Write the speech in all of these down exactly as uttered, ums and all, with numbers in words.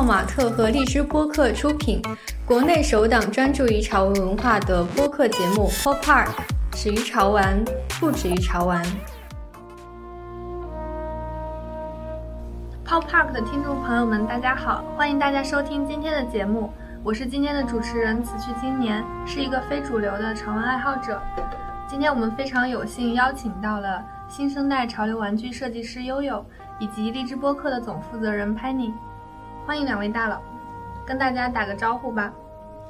马特和荔枝播客出品，国内首档专注于潮文文化的播客节目 Pop Park， 始于潮玩，不止于潮玩。Pop Park 的听众朋友们，大家好，欢迎大家收听今天的节目，我是今天的主持人此去今年，是一个非主流的潮玩爱好者。今天我们非常有幸邀请到了新生代潮流玩具设计师悠悠，以及荔枝播客的总负责人 Penny， 欢迎两位大佬，跟大家打个招呼吧。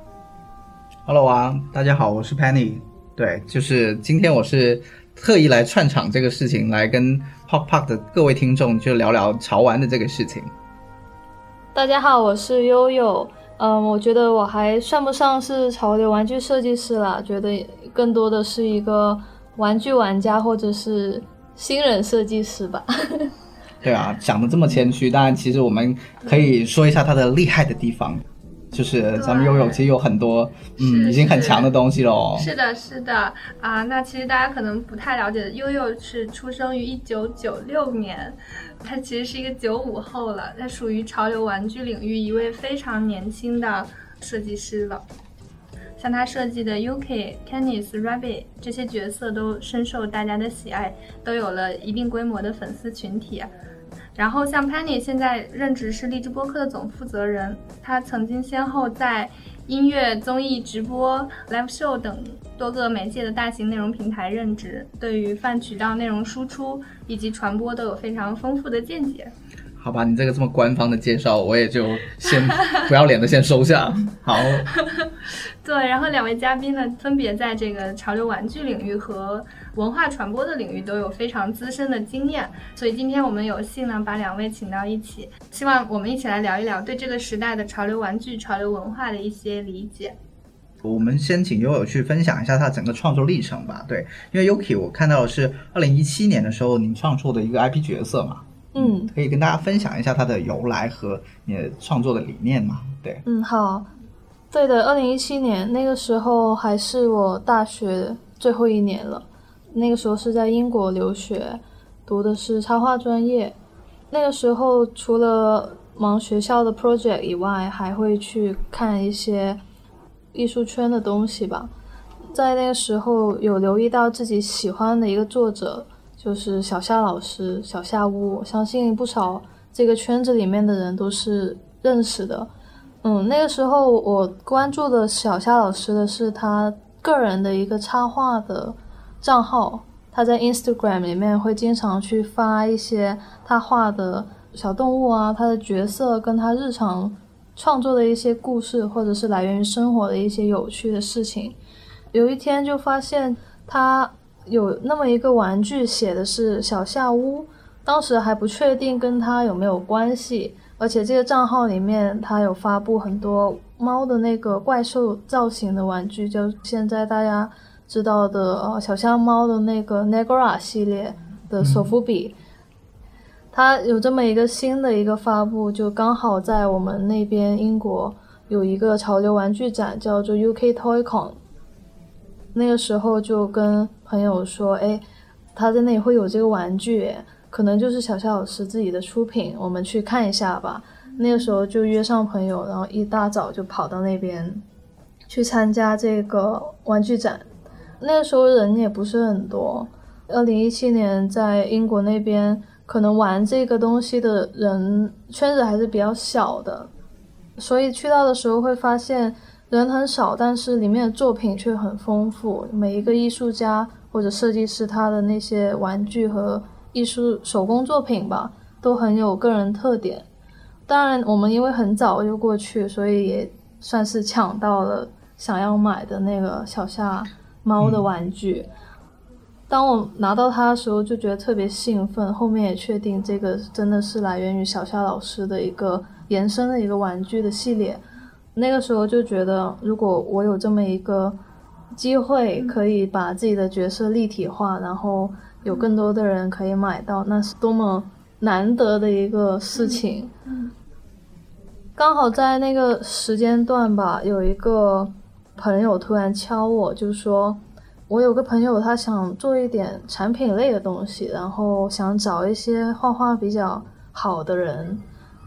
Hello 啊，大家好，我是 Penny。对，就是今天我是特意来串场这个事情，来跟 Pop Park 的各位听众就聊聊潮玩的这个事情。 大家好，我是悠悠。嗯，我觉得我还算不上是潮流玩具设计师啦，觉得更多的是一个玩具玩家或者是新人设计师吧。 对啊，讲得这么谦虚，当然其实我们可以说一下他的厉害的地方，就是咱们悠悠其实有很多嗯已经很强的东西咯。 是的是的啊、呃，那其实大家可能不太了解，悠悠是出生于一九九六年，他其实是一个九五后了，他属于潮流玩具领域一位非常年轻的设计师了。像他设计的 Yuki、Canis、Rabbit 这些角色都深受大家的喜爱，都有了一定规模的粉丝群体。然后像 Penny 现在任职是荔枝播客的总负责人，他曾经先后在音乐、综艺、直播、live show 等多个媒介的大型内容平台任职，对于泛渠道内容输出以及传播都有非常丰富的见解。 好吧，你这个这么官方的介绍，我也就先不要脸的先收下。好。 对，然后两位嘉宾呢，分别在这个潮流玩具领域和文化传播的领域都有非常资深的经验，所以今天我们有幸呢把两位请到一起，希望我们一起来聊一聊对这个时代的潮流玩具、潮流文化的一些理解。 我们先请悠悠去分享一下他整个创作历程吧。对，因为 Yuki 我看到的是二零一七年的时候您创作的一个 I P 角色嘛。 嗯， 可以跟大家分享一下它的由来和你的创作的理念吗？对， 嗯，好，对的，二零一七年那个时候还是我大学最后一年了，那个时候是在英国留学，读的是插画专业。那个时候除了忙学校的 project 以外，还会去看一些艺术圈的东西吧。在那个时候有留意到自己喜欢的一个作者，就是小夏老师，小夏屋，我相信不少这个圈子里面的人都是认识的。嗯，那个时候我关注的小夏老师的是他个人的一个插画的账号，他在 Instagram 里面会经常去发一些他画的小动物啊，他的角色跟他日常创作的一些故事，或者是来源于生活的一些有趣的事情。有一天就发现他有那么一个玩具写的是小夏屋，当时还不确定跟他有没有关系，而且这个账号里面他有发布很多猫的那个怪兽造型的玩具，就现在大家知道的呃小夏猫的那个 Negora 系列的索夫比、嗯、他有这么一个新的一个发布，就刚好在我们那边英国有一个潮流玩具展叫做 U K ToyCon，那个时候就跟朋友说，哎，他在那里会有这个玩具，可能就是小夏老师自己的出品，我们去看一下吧。那个时候就约上朋友，然后一大早就跑到那边去参加这个玩具展。那个时候人也不是很多，二零一七年在英国那边可能玩这个东西的人圈子还是比较小的，所以去到的时候会发现人很少，但是里面的作品却很丰富，每一个艺术家或者设计师他的那些玩具和艺术手工作品吧，都很有个人特点。当然我们因为很早就过去，所以也算是抢到了想要买的那个小夏猫的玩具、嗯、当我拿到它的时候就觉得特别兴奋，后面也确定这个真的是来源于小夏老师的一个延伸的一个玩具的系列。那个时候就觉得如果我有这么一个机会可以把自己的角色立体化，然后有更多的人可以买到，那是多么难得的一个事情。刚好在那个时间段吧，有一个朋友突然敲我，就说我有个朋友他想做一点产品类的东西，然后想找一些画画比较好的人，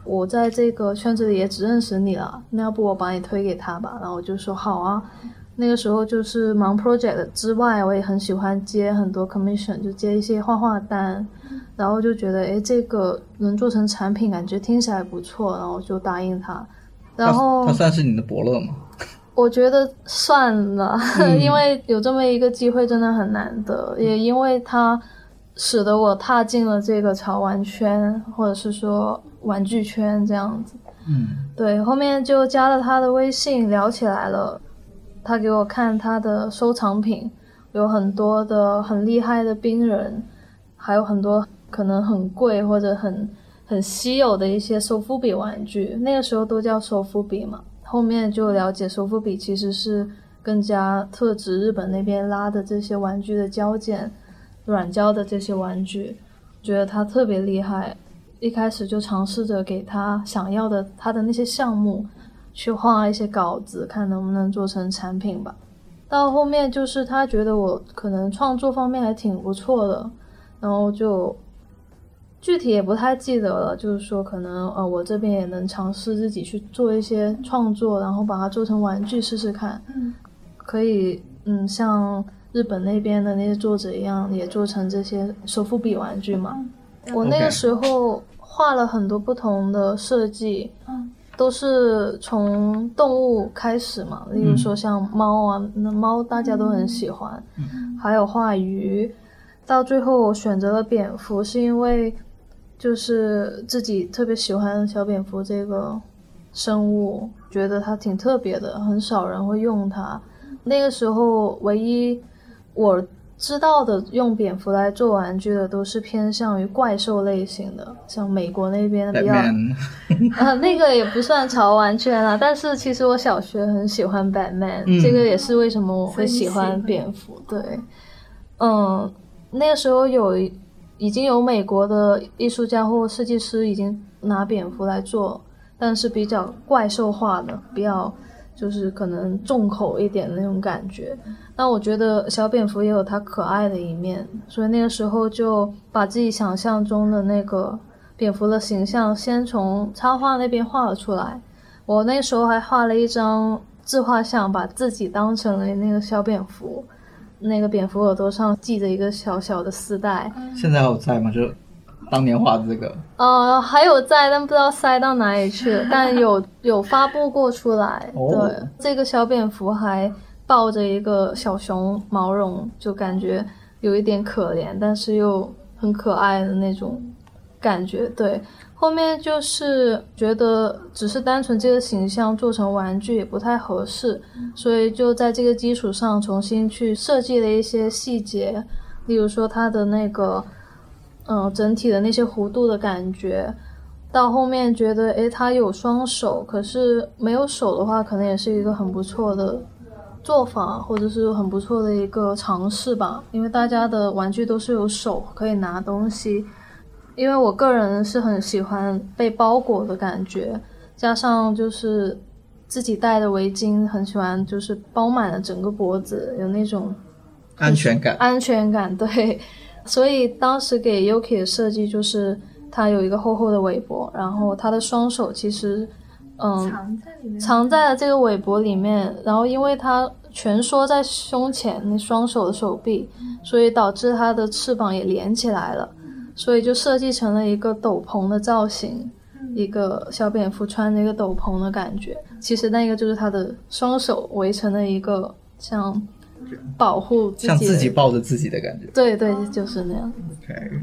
我在这个圈子里也只认识你了，那要不我把你推给他吧。然后我就说好啊。那个时候就是忙 project 之外，我也很喜欢接很多 commission， 就接一些画画单，然后就觉得诶这个能做成产品，感觉听起来不错，然后就答应他。然后他算是你的伯乐吗？ 我觉得算了、嗯、因为有这么一个机会真的很难得，也因为他使得我踏进了这个潮玩圈，或者是说玩具圈这样子。 嗯， 对，后面就加了他的微信聊起来了，他给我看他的收藏品，有很多的很厉害的冰人，还有很多可能很贵或者很很稀有的一些手扶笔玩具，那个时候都叫手扶笔嘛。后面就了解手扶笔其实是更加特指日本那边拉的这些玩具的胶件，软胶的这些玩具，觉得他特别厉害。一开始就尝试着给他想要的他的那些项目去画一些稿子，看能不能做成产品吧。到后面就是他觉得我可能创作方面还挺不错的，然后就具体也不太记得了，就是说可能呃我这边也能尝试自己去做一些创作，然后把它做成玩具试试看。 嗯， 可以嗯像日本那边的那些作者一样，也做成这些手扶笔玩具嘛。 嗯、 我那个时候画了很多不同的设计， 嗯， 都是从动物开始嘛，例如说像猫啊，那猫大家都很喜欢， 嗯， 还有画鱼，到最后我选择了蝙蝠，是因为就是自己特别喜欢小蝙蝠这个生物，觉得它挺特别的，很少人会用它。那个时候唯一我知道的用蝙蝠来做玩具的都是偏向于怪兽类型的，像美国那边比较啊，那个也不算潮玩圈啦，但是其实我小学很喜欢 Batman、嗯、这个也是为什么我会喜欢蝙蝠。对，嗯，那个时候有已经有美国的艺术家或设计师已经拿蝙蝠来做，但是比较怪兽化的，比较就是可能重口一点的那种感觉。那我觉得小蝙蝠也有它可爱的一面，所以那个时候就把自己想象中的那个蝙蝠的形象先从插画那边画了出来。我那时候还画了一张自画像，把自己当成了那个小蝙蝠，那个蝙蝠耳朵上系着一个小小的丝带。 现在还有在吗？就当年画的这个呃，还有在，但不知道塞到哪里去了，但有有发布过出来、哦、对，这个小蝙蝠还抱着一个小熊毛绒，就感觉有一点可怜，但是又很可爱的那种感觉。对，后面就是觉得只是单纯这个形象做成玩具也不太合适，所以就在这个基础上重新去设计了一些细节，例如说它的那个嗯、呃，整体的那些弧度的感觉。到后面觉得诶它有双手，可是没有手的话可能也是一个很不错的做法，或者是很不错的一个尝试吧，因为大家的玩具都是有手可以拿东西，因为我个人是很喜欢被包裹的感觉，加上就是自己戴的围巾很喜欢，就是包满了整个脖子，有那种安全感安全感。对，所以当时给 Yuki 的设计就是它有一个厚厚的尾脖，然后它的双手其实嗯， 藏在里面， 藏在了这个尾脖里面，然后因为它蜷缩在胸前那双手的手臂，所以导致它的翅膀也连起来了，所以就设计成了一个斗篷的造型，一个小蝙蝠穿着一个斗篷的感觉，其实那个就是它的双手围成了一个像保护自己的， 像自己抱着自己的感觉。 对对，就是那样。 OK，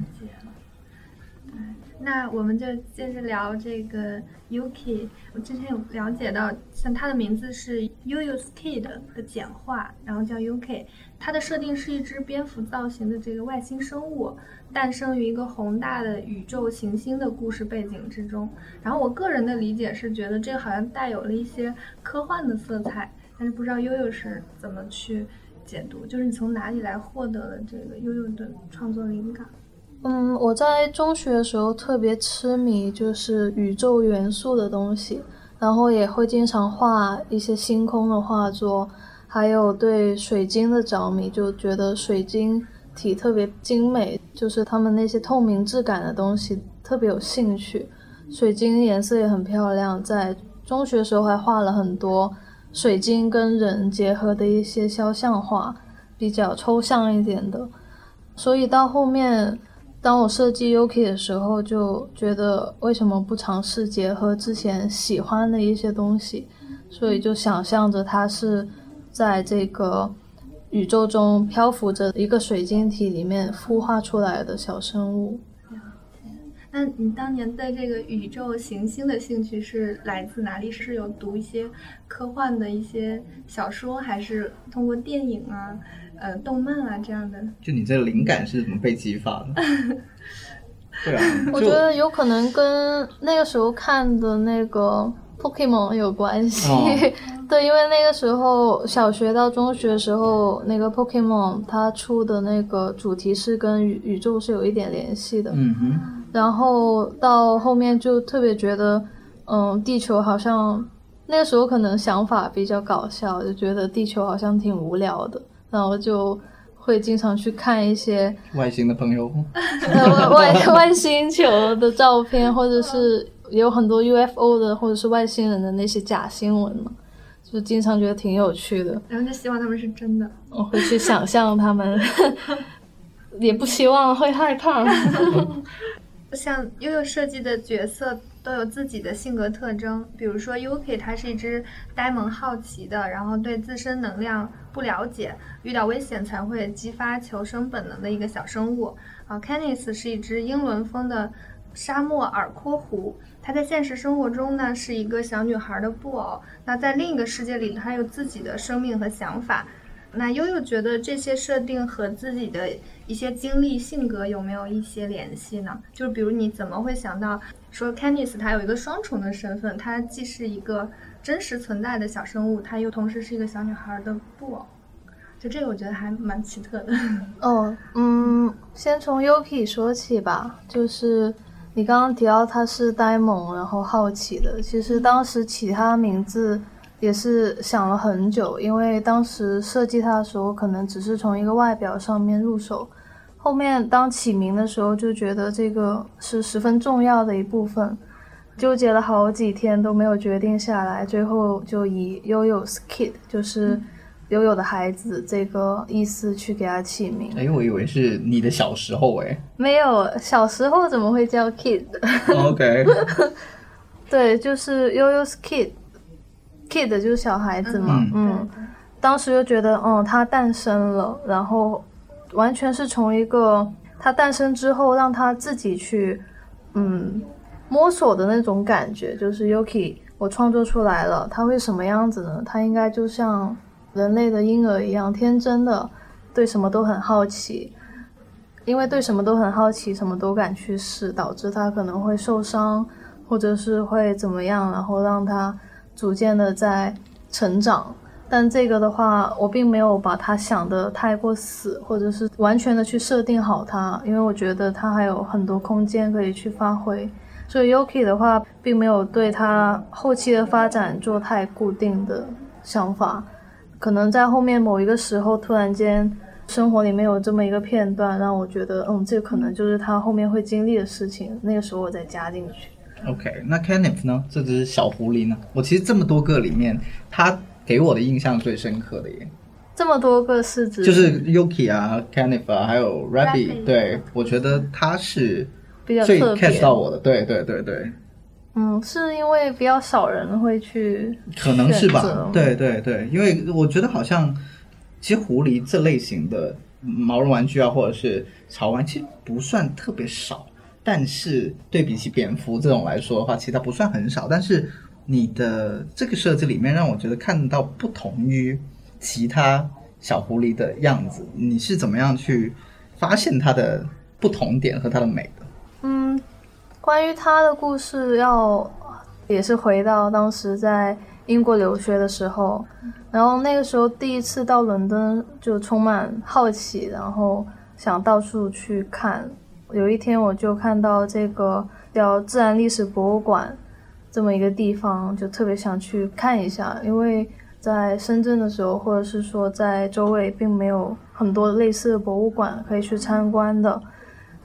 那我们就接着聊这个 Yuki。 我之前有了解到，像它的名字是 Yuyu's Kid 的简化，然后叫 Yuki。 它的设定是一只蝙蝠造型的这个外星生物，诞生于一个宏大的宇宙行星的故事背景之中。然后我个人的理解是觉得这个好像带有了一些科幻的色彩，但是不知道悠悠是怎么去解读，就是你从哪里来获得了这个悠悠的创作灵感？ 嗯，我在中学的时候特别痴迷就是宇宙元素的东西，然后也会经常画一些星空的画作，还有对水晶的着迷，就觉得水晶体特别精美，就是他们那些透明质感的东西特别有兴趣， 水晶颜色也很漂亮，在中学时候还画了很多水晶跟人结合的一些肖像画，比较抽象一点的。所以到后面当我设计 Yuki 的时候，就觉得为什么不尝试结合之前喜欢的一些东西，所以就想象着它是在这个宇宙中漂浮着一个水晶体里面孵化出来的小生物。 那你当年对这个宇宙行星的兴趣是来自哪里？是有读一些科幻的一些小说，还是通过电影啊、呃动漫啊这样的？ 就你这个灵感是怎么被激发的？对啊， 我觉得有可能跟那个时候看的那个 Pokemon 有关系。哦、对，因为那个时候小学到中学的时候，那个 Pokemon 它出的那个主题是跟宇宇宙是有一点联系的。 嗯哼。 然后到后面就特别觉得，嗯，地球好像那个时候可能想法比较搞笑，就觉得地球好像挺无聊的，然后就会经常去看一些外星的朋友， 外外星球的照片，或者是有很多 U F O 的，或者是外星人的那些假新闻嘛，就经常觉得挺有趣的。 然后就希望他们是真的， 我会去想象他们，也不希望会害怕。 像悠悠设计的角色都有自己的性格特征，比如说 Yuki 他是一只呆萌好奇的，然后对自身能量不了解，遇到危险才会激发求生本能的一个小生物啊。Candice 是一只英伦风的沙漠耳廓狐，她在现实生活中呢是一个小女孩的布偶，那在另一个世界里她有自己的生命和想法。那悠悠觉得这些设定和自己的一些经历性格有没有一些联系呢？就是比如你怎么会想到说 Candice 她有一个双重的身份，她既是一个真实存在的小生物，她又同时是一个小女孩的布偶，就这个我觉得还蛮奇特的。 哦，嗯，先从 Yuki 说起吧，就是你刚刚提到她是呆萌然后好奇的，其实当时起她名字也是想了很久，因为当时设计它的时候可能只是从一个外表上面入手，后面当起名的时候就觉得这个是十分重要的一部分，纠结了好几天都没有决定下来，最后就以 Yoyo's Kid 就是悠悠的孩子这个意思去给它起名。 哎，我以为是你的小时候哎。 没有，小时候怎么会叫 Kid？ OK 对，就是 Yoyo's Kid Kid 就是小孩子嘛，嗯，嗯当时就觉得，嗯，他诞生了，然后完全是从一个他诞生之后让他自己去，嗯，摸索的那种感觉，就是 Yuki 我创作出来了，他会什么样子呢？他应该就像人类的婴儿一样天真的，对什么都很好奇，因为对什么都很好奇，什么都敢去试，导致他可能会受伤，或者是会怎么样，然后让他逐渐的在成长。但这个的话我并没有把它想得太过死，或者是完全的去设定好它，因为我觉得它还有很多空间可以去发挥，所以 Yuki 的话并没有对它后期的发展做太固定的想法，可能在后面某一个时候突然间生活里面有这么一个片段让我觉得嗯，这可能就是他后面会经历的事情，那个时候我再加进去。 OK， 那 Kenneth 呢？这只小狐狸呢？我其实这么多个里面，他给我的印象最深刻的耶。 这么多个是指？ 就是 Yuki 啊 Kenneth 啊还有 Rabbit， 对，我觉得他是最 catch 到我的，对对对对。 嗯，是因为比较少人会去可能是吧，对对对，因为我觉得好像其实狐狸这类型的毛绒玩具啊或者是潮玩其实不算特别少，但是对比起蝙蝠这种来说的话，其实它不算很少，但是你的这个设计里面让我觉得看到不同于其他小狐狸的样子，你是怎么样去发现它的不同点和它的美的？ 嗯，关于他的故事要也是回到当时在英国留学的时候，然后那个时候第一次到伦敦就充满好奇，然后想到处去看，有一天我就看到这个叫自然历史博物馆这么一个地方，就特别想去看一下，因为在深圳的时候或者是说在周围并没有很多类似的博物馆可以去参观的，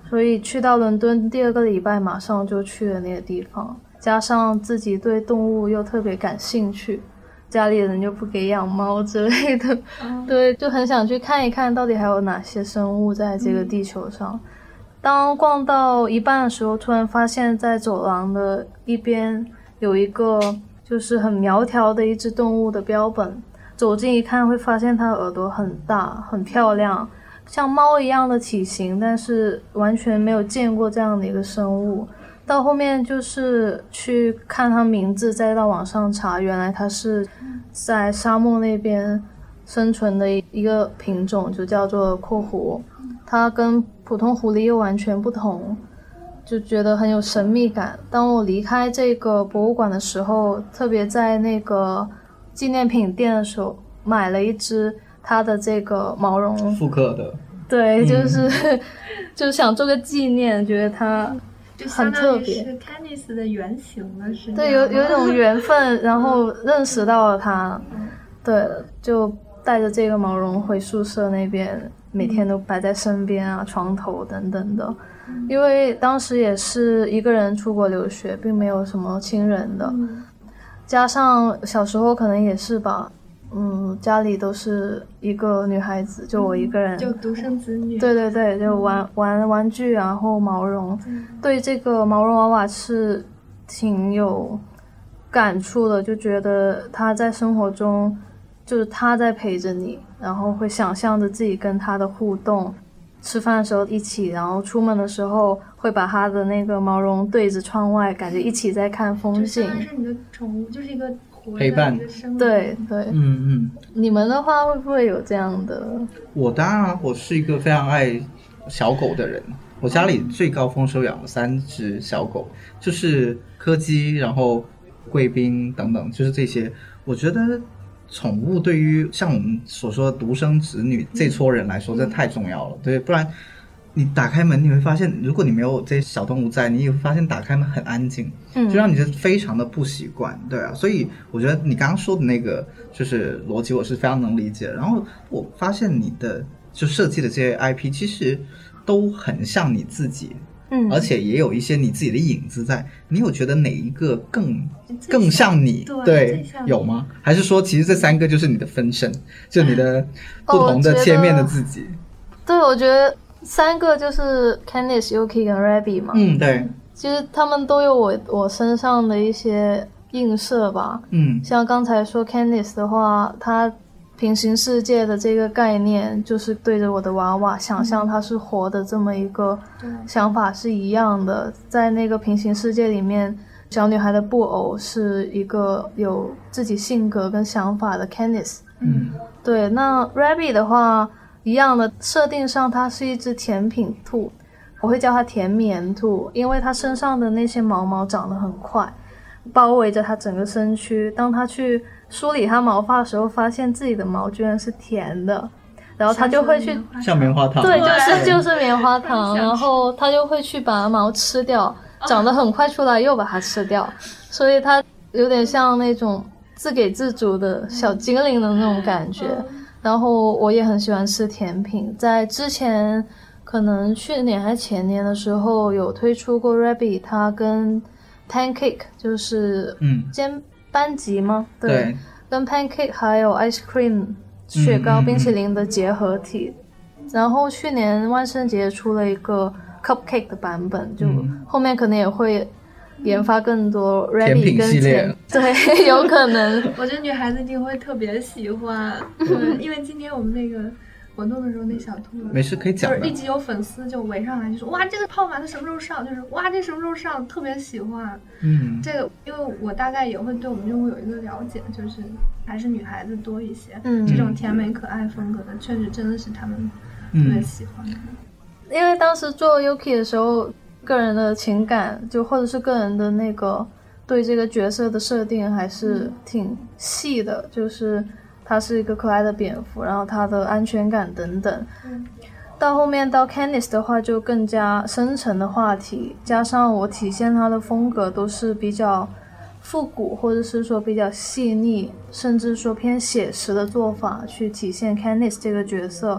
所以去到伦敦第二个礼拜马上就去了那个地方，加上自己对动物又特别感兴趣，家里人就不给养猫之类的、嗯、对，就很想去看一看到底还有哪些生物在这个地球上、嗯、当逛到一半的时候，突然发现在走廊的一边有一个就是很苗条的一只动物的标本，走近一看会发现它的耳朵很大很漂亮，像猫一样的体型，但是完全没有见过这样的一个生物。到后面就是去看它名字，再到网上查，原来它是在沙漠那边生存的一个品种，就叫做阔狐。它跟普通狐狸又完全不同，就觉得很有神秘感。当我离开这个博物馆的时候，特别在那个纪念品店的时候买了一只它的这个毛绒复刻的， 对，就是、嗯、就想做个纪念，觉得它很特别， 是 Candice 的原型了，是对，有有一种缘分，然后认识到了它，对，就带着这个毛绒回宿舍那边，每天都摆在身边啊，床头等等的。因为当时也是一个人出国留学，并没有什么亲人的，加上小时候可能也是吧。嗯，家里都是一个女孩子，就我一个人， 就独生子女。 对对对，就玩玩玩具，然后毛绒，对这个毛绒娃娃是挺有感触的，就觉得他在生活中就是他在陪着你，然后会想象着自己跟他的互动，吃饭的时候一起，然后出门的时候会把他的那个毛绒对着窗外，感觉一起在看风景。 就是你的宠物，就是一个陪伴， 对对， 嗯嗯。 你们的话会不会有这样的？ 我当然，我是一个非常爱小狗的人。我家里最高峰时候养了三只小狗，就是柯基，然后贵宾等等，就是这些。我觉得宠物对于像我们所说的独生子女这撮人来说，这太重要了，对，不然你打开门你会发现，如果你没有这些小动物在，你也会发现打开门很安静，嗯，就让你觉得非常的不习惯，对啊，所以我觉得你刚刚说的那个就是逻辑，我是非常能理解。然后我发现你的就设计的这些 I P 其实都很像你自己，嗯，而且也有一些你自己的影子在。你有觉得哪一个更更像你？ 对， 对，有吗？还是说其实这三个就是你的分身，就你的不同的切面的自己？ 哦、对，我觉得。三个就是 Candice、Yuki 跟 Rabbit 嘛， 嗯，对， 其实他们都有我我身上的一些映射吧， 嗯， 像刚才说 Candice 的话，它平行世界的这个概念就是对着我的娃娃想象它是活的这么一个想法是一样的，在那个平行世界里面，小女孩的布偶是一个有自己性格跟想法的 Candice， 嗯， 对，那 Rabbit 的话一样的设定上，它是一只甜品兔，我会叫它甜棉兔，因为它身上的那些毛毛长得很快，包围着它整个身躯。当它去梳理它毛发的时候，发现自己的毛居然是甜的，然后它就会去像棉花糖， 对，就是就是棉花糖，然后它就会去把毛吃掉，长得很快出来又把它吃掉，所以它有点像那种自给自足的小精灵的那种感觉。然后我也很喜欢吃甜品，在之前可能去年还是前年的时候有推出过 Rabbit， 它跟 Pancake 就是煎班吉吗？ 对，对， 跟 Pancake 还有 Ice Cream 雪糕、嗯、冰淇淋的结合体。然后去年万圣节出了一个 Cupcake 的版本，就后面可能也会研发更多 Rabbit 跟甜，对，有可能。 我觉得女孩子一定会特别喜欢，对，因为今天我们那个活动的时候，那小兔没事可以讲的， 就是一直有粉丝就围上来就说，哇，这个泡马的什么时候上？就是哇，这什么时候上？特别喜欢。 嗯， 这个因为我大概也会对我们用户有一个了解，就是还是女孩子多一些。嗯，这种甜美可爱风格的，确实真的是他们特别喜欢的。 嗯、因为当时做 Yuki 的时候。个人的情感就或者是个人的那个对这个角色的设定还是挺细的，就是他是一个可爱的蝙蝠，然后他的安全感等等。到后面到 Candice 的话就更加深层的话题，加上我体现他的风格都是比较复古或者是说比较细腻甚至说偏写实的做法去体现 Candice 这个角色，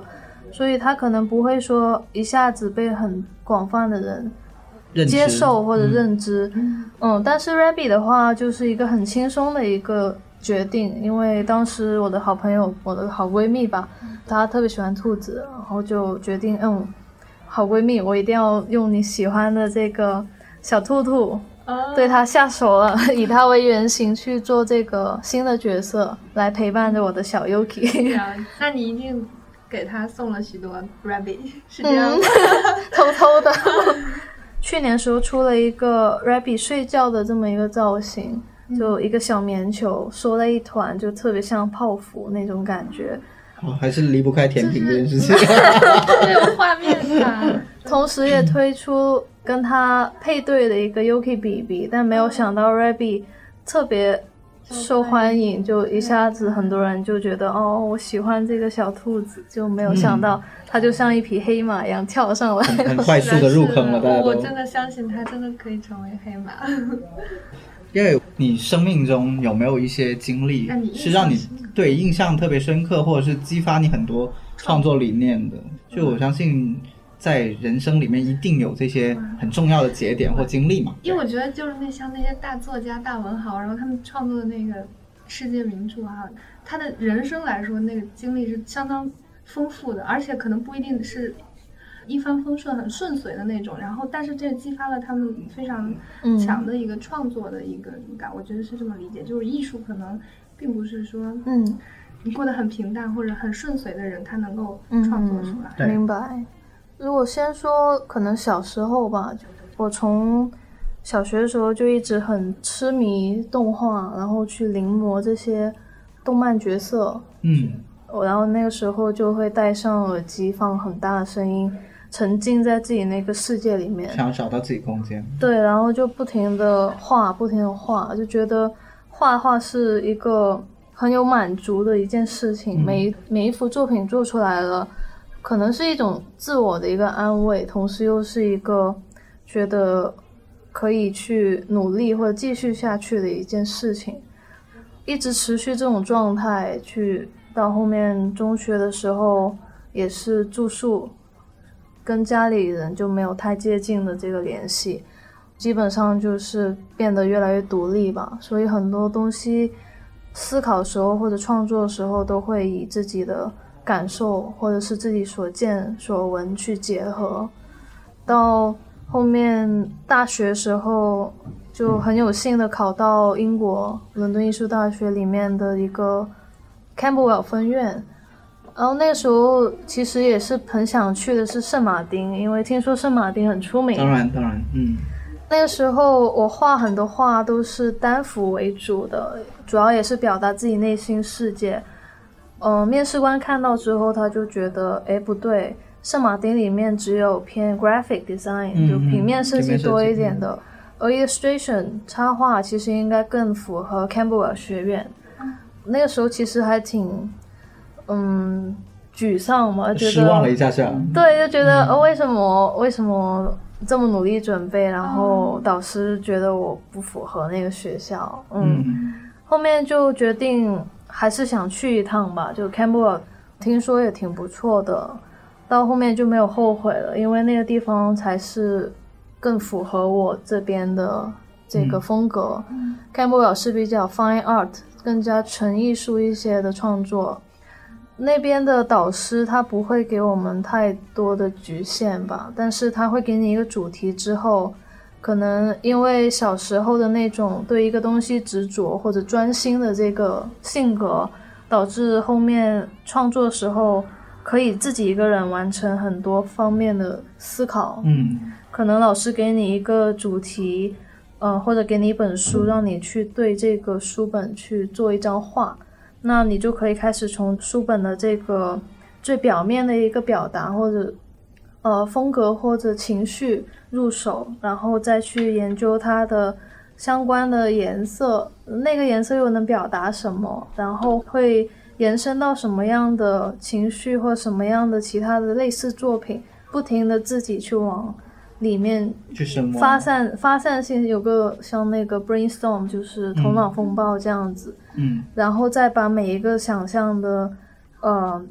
所以他可能不会说一下子被很广泛的人接受或者认知。 嗯, 嗯但是 Rabbit 的话就是一个很轻松的一个决定，因为当时我的好朋友我的好闺蜜吧，她特别喜欢兔子，然后就决定嗯，好闺蜜我一定要用你喜欢的这个小兔兔对她下手了，以她为原型去做这个新的角色来陪伴着我的小 Yuki。 那你一定给她送了许多 Rabbit 是这样吗？ 嗯、偷偷的去年时候出了一个 Rabbit 睡觉的这么一个造型，就一个小棉球缩在一团，就特别像泡芙那种感觉。 哦，还是离不开甜品这件事情， 这有画面感。 同时也推出跟它配对的一个 Yuki B B， 但没有想到 Rabbit 特别受欢迎，就一下子很多人就觉得哦，我喜欢这个小兔子，就没有想到它就像一匹黑马一样跳上来， 很, 很快速的入坑了。大家都我真的相信它真的可以成为黑马。 因为你生命中有没有一些经历是让你对印象特别深刻，或者是激发你很多创作理念的？就我相信在人生里面一定有这些很重要的节点或经历嘛。 因为我觉得就是那像那些大作家大文豪，然后他们创作的那个世界名著啊，他的人生来说那个经历是相当丰富的，而且可能不一定是一帆风顺很顺遂的那种，然后但是这激发了他们非常强的一个创作的一个灵感、嗯、我觉得是这么理解，就是艺术可能并不是说嗯，你过得很平淡或者很顺遂的人他能够创作出来、 嗯、明白。如果先说可能小时候吧，我从小学的时候就一直很痴迷动画，然后去临摹这些动漫角色，嗯，然后那个时候就会戴上耳机放很大的声音，沉浸在自己那个世界里面， 想要找到自己空间。 对，然后就不停的画不停的画，就觉得画画是一个很有满足的一件事情、嗯、每, 每一幅作品做出来了可能是一种自我的一个安慰，同时又是一个觉得可以去努力或者继续下去的一件事情，一直持续这种状态去到后面中学的时候也是住宿，跟家里人就没有太接近的这个联系，基本上就是变得越来越独立吧，所以很多东西思考的时候或者创作的时候都会以自己的感受或者是自己所见所闻去结合。到后面大学时候就很有幸的考到英国伦敦艺术大学里面的一个 Camberwell 分院，然后那个时候其实也是很想去的是圣马丁，因为听说圣马丁很出名。 当然当然嗯， 那个时候我画很多画都是单幅为主的，主要也是表达自己内心世界。呃，面试官看到之后他就觉得诶不对，圣马丁里面只有偏 graphic design、嗯、就平面设计多一点的、嗯、而 illustration 插画其实应该更符合 Camberwell 学院、嗯、那个时候其实还挺嗯沮丧嘛，觉得失望了一下下， 对，就觉得、嗯呃、为什么为什么这么努力准备，然后导师觉得我不符合那个学校。 嗯, 嗯后面就决定还是想去一趟吧，就 Camberwell 听说也挺不错的，到后面就没有后悔了，因为那个地方才是更符合我这边的这个风格、嗯、Camberwell 是比较 fine art 更加纯艺术一些的创作，那边的导师他不会给我们太多的局限吧，但是他会给你一个主题之后，可能因为小时候的那种对一个东西执着或者专心的这个性格，导致后面创作的时候可以自己一个人完成很多方面的思考。嗯，可能老师给你一个主题，呃，或者给你一本书，让你去对这个书本去做一张画，那你就可以开始从书本的这个最表面的一个表达或者呃风格或者情绪入手，然后再去研究它的相关的颜色，那个颜色又能表达什么，然后会延伸到什么样的情绪或什么样的其他的类似作品，不停的自己去往里面发散发散性，有个像那个 brainstorm 就是头脑风暴这样子。嗯，然后再把每一个想象的呃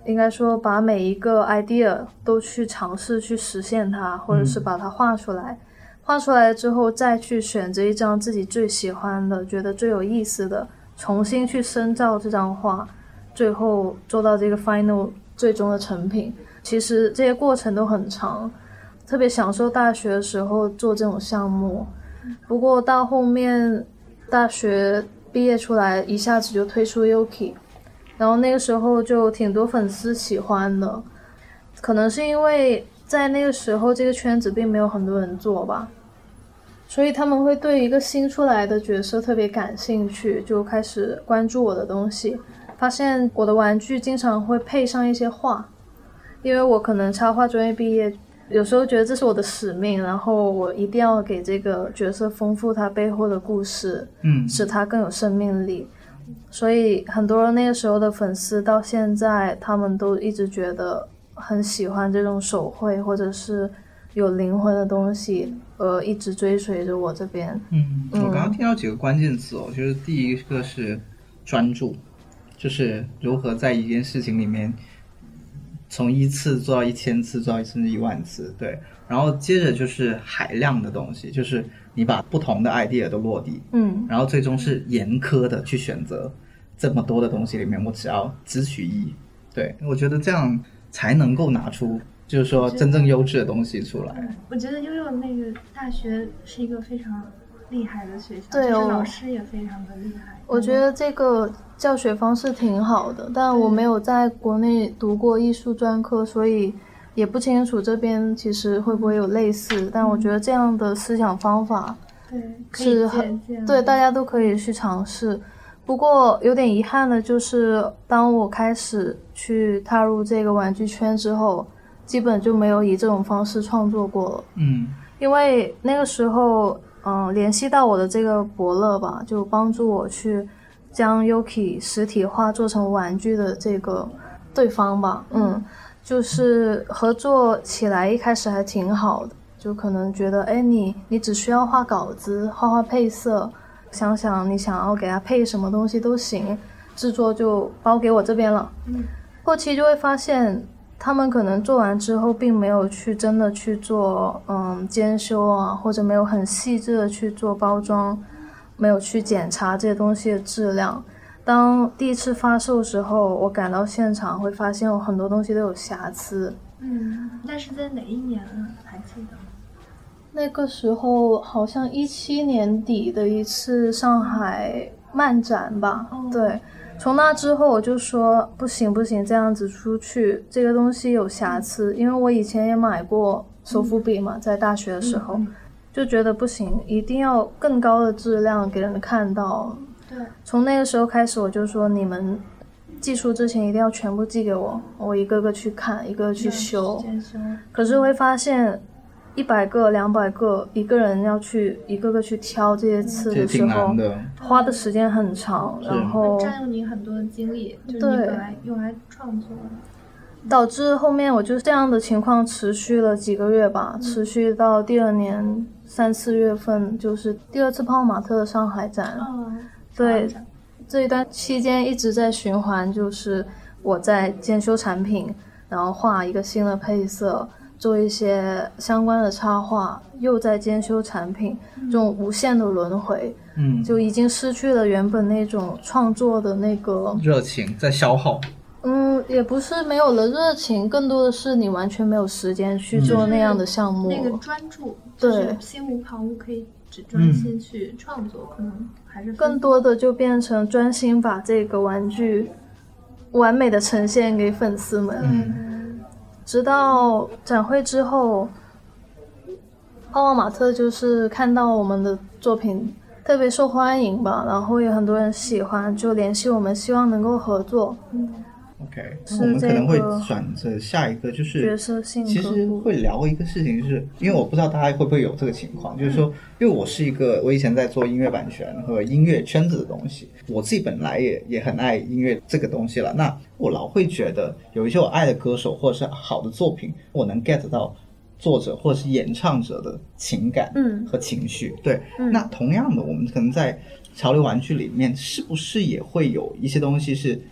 应该说把每一个 idea 都去尝试去实现它，或者是把它画出来、嗯、画出来之后再去选择一张自己最喜欢的觉得最有意思的，重新去深造这张画，最后做到这个 final 最终的成品。其实这些过程都很长，特别享受大学的时候做这种项目，不过到后面大学毕业出来一下子就推出 Yuki， 然后那个时候就挺多粉丝喜欢的，可能是因为在那个时候这个圈子并没有很多人做吧，所以他们会对一个新出来的角色特别感兴趣，就开始关注我的东西，发现我的玩具经常会配上一些画，因为我可能插画专业毕业，有时候觉得这是我的使命，然后我一定要给这个角色丰富他背后的故事，嗯，使他更有生命力。所以很多那个时候的粉丝到现在他们都一直觉得很喜欢这种手绘或者是有灵魂的东西，呃，一直追随着我这边。 嗯，我刚刚听到几个关键词哦，就是第一个是专注，就是如何在一件事情里面从一次做到一千次，做到甚至一万次，对。然后接着就是海量的东西，就是你把不同的 idea 都落地，嗯，然后最终是严苛的去选择这么多的东西里面，我只要只取一，对，我觉得这样才能够拿出就是说真正优质的东西出来。 我觉得悠悠那个大学是一个非常厉害的学校， 对哦， 就是老师也非常的厉害。 我觉得这个教学方式挺好的，但我没有在国内读过艺术专科，所以也不清楚这边其实会不会有类似、嗯、但我觉得这样的思想方法是很对大家都可以去尝试。不过有点遗憾的就是当我开始去踏入这个玩具圈之后，基本就没有以这种方式创作过了。嗯，因为那个时候嗯，联系到我的这个伯乐吧，就帮助我去将 Yuki 实体化做成玩具的这个对方吧，嗯，就是合作起来一开始还挺好的，就可能觉得，哎，你你只需要画稿子，画画配色，想想你想要给他配什么东西都行，制作就包给我这边了。嗯，后期就会发现他们可能做完之后并没有去真的去做嗯监修啊，或者没有很细致的去做包装，没有去检查这些东西的质量。当第一次发售时候，我赶到现场会发现有很多东西都有瑕疵。 嗯，那是在哪一年啊？还记得吗？ 那个时候好像一七年底的一次上海漫展吧。哦，对。从那之后我就说不行不行，这样子出去这个东西有瑕疵，因为我以前也买过手扶笔嘛，在大学的时候就觉得不行，一定要更高的质量给人看到。对，从那个时候开始我就说你们寄出之前一定要全部寄给我，我一个个去看，一个个去修。可是会发现一百个两百个一个人要去一个个去挑这些刺的时候的花的时间很长，然后占用你很多的精力，就是你本来用来创作， 导致后面我就这样的情况持续了几个月吧、嗯、持续到第二年三四月份，就是第二次泡玛特的上海展、哦、对，这一段期间一直在循环，就是我在监修产品，然后画一个新的配色，做一些相关的插画，又在监修产品，这种无限的轮回，嗯，就已经失去了原本那种创作的那个热情在消耗。 嗯，也不是没有了热情，更多的是你完全没有时间去做那样的项目。 那个专注，对，心无旁骛，可以只专心去创作，嗯、可能还是更多的就变成专心把这个玩具完美的呈现给粉丝们。嗯，直到展会之后，泡泡玛特就是看到我们的作品特别受欢迎吧，然后有很多人喜欢，就联系我们，希望能够合作。嗯 OK， 那我们可能会转着下一个，就是角色性格， 其实会聊一个事情，就是因为我不知道大家会不会有这个情况，就是说，因为我是一个我以前在做音乐版权和音乐圈子的东西，我自己本来也也很爱音乐这个东西了，那我老会觉得有一些我爱的歌手或者是好的作品，我能 get 到作者或者是演唱者的情感和情绪，嗯、对、嗯，那同样的，我们可能在潮流玩具里面，是不是也会有一些东西是